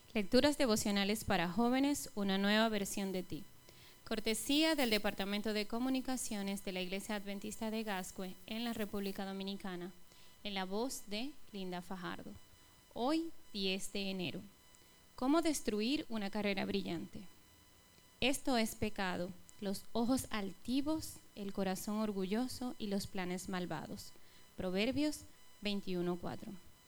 Lecturas devocionales para jóvenes, una nueva versión de ti. Cortesía del Departamento de Comunicaciones de la Iglesia Adventista de Gascue en la República Dominicana, en la voz de Linda Fajardo. Hoy, 10 de enero. ¿Cómo destruir una carrera brillante? Esto es pecado, los ojos altivos, el corazón orgulloso y los planes malvados. Proverbios 21:4.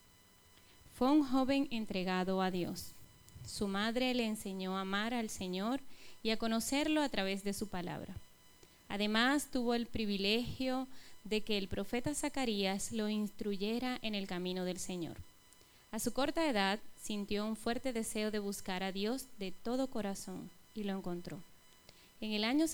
Fue un joven entregado a Dios. Su madre le enseñó a amar al Señor y a conocerlo a través de su palabra. Además, tuvo el privilegio de que el profeta Zacarías lo instruyera en el camino del Señor. A su corta edad, sintió un fuerte deseo de buscar a Dios de todo corazón y lo encontró. En el año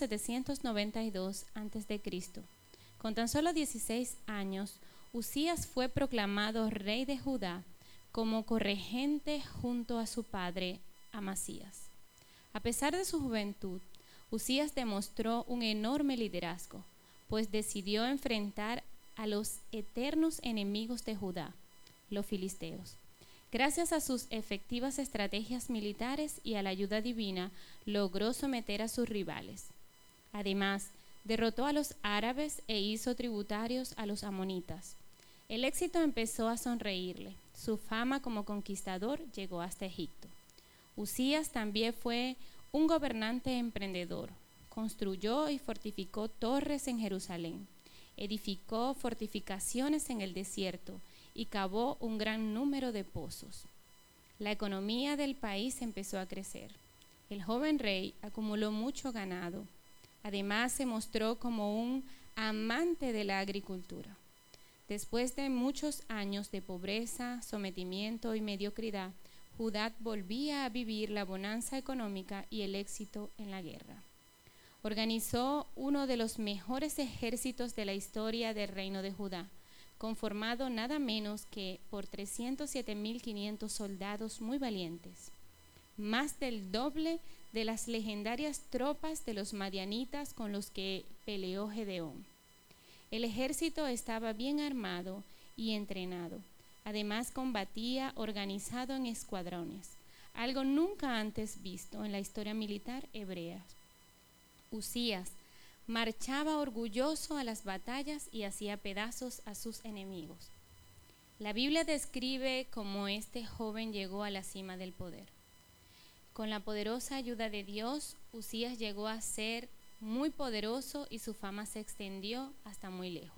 792 a.C., con tan solo 16 años, Uzías fue proclamado rey de Judá como corregente junto a su padre Amasías. A pesar de su juventud, Uzías demostró un enorme liderazgo, pues decidió enfrentar a los eternos enemigos de Judá, los filisteos. Gracias a sus efectivas estrategias militares y a la ayuda divina, logró someter a sus rivales. Además, derrotó a los árabes e hizo tributarios a los amonitas. El éxito empezó a sonreírle. Su fama como conquistador llegó hasta Egipto. Uzías también fue un gobernante emprendedor. Construyó y fortificó torres en Jerusalén, edificó fortificaciones en el desierto y cavó un gran número de pozos. La economía del país empezó a crecer. El joven rey acumuló mucho ganado. Además, se mostró como un amante de la agricultura. Después de muchos años de pobreza, sometimiento y mediocridad, Judá volvía a vivir la bonanza económica y el éxito en la guerra. Organizó uno de los mejores ejércitos de la historia del reino de Judá, conformado nada menos que por 307.500 soldados muy valientes, más del doble de las legendarias tropas de los madianitas con los que peleó Gedeón. El ejército estaba bien armado y entrenado. Además, combatía organizado en escuadrones, algo nunca antes visto en la historia militar hebrea. Uzías marchaba orgulloso a las batallas y hacía pedazos a sus enemigos. La Biblia describe cómo este joven llegó a la cima del poder. Con la poderosa ayuda de Dios, Uzías llegó a ser muy poderoso y su fama se extendió hasta muy lejos.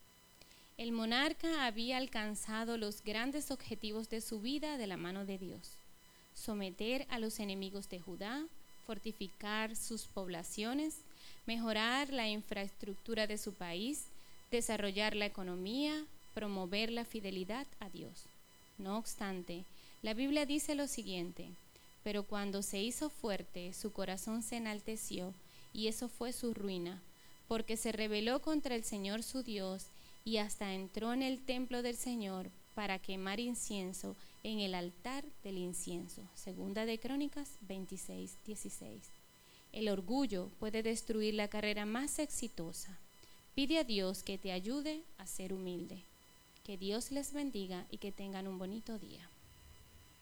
El monarca había alcanzado los grandes objetivos de su vida de la mano de Dios: someter a los enemigos de Judá, fortificar sus poblaciones, mejorar la infraestructura de su país, desarrollar la economía, promover la fidelidad a Dios. No obstante, la Biblia dice lo siguiente: pero cuando se hizo fuerte, su corazón se enalteció, y eso fue su ruina, porque se rebeló contra el Señor su Dios y hasta entró en el templo del Señor para quemar incienso en el altar del incienso. Segunda de Crónicas 26:16. El orgullo puede destruir la carrera más exitosa. Pide a Dios que te ayude a ser humilde. Que Dios les bendiga y que tengan un bonito día.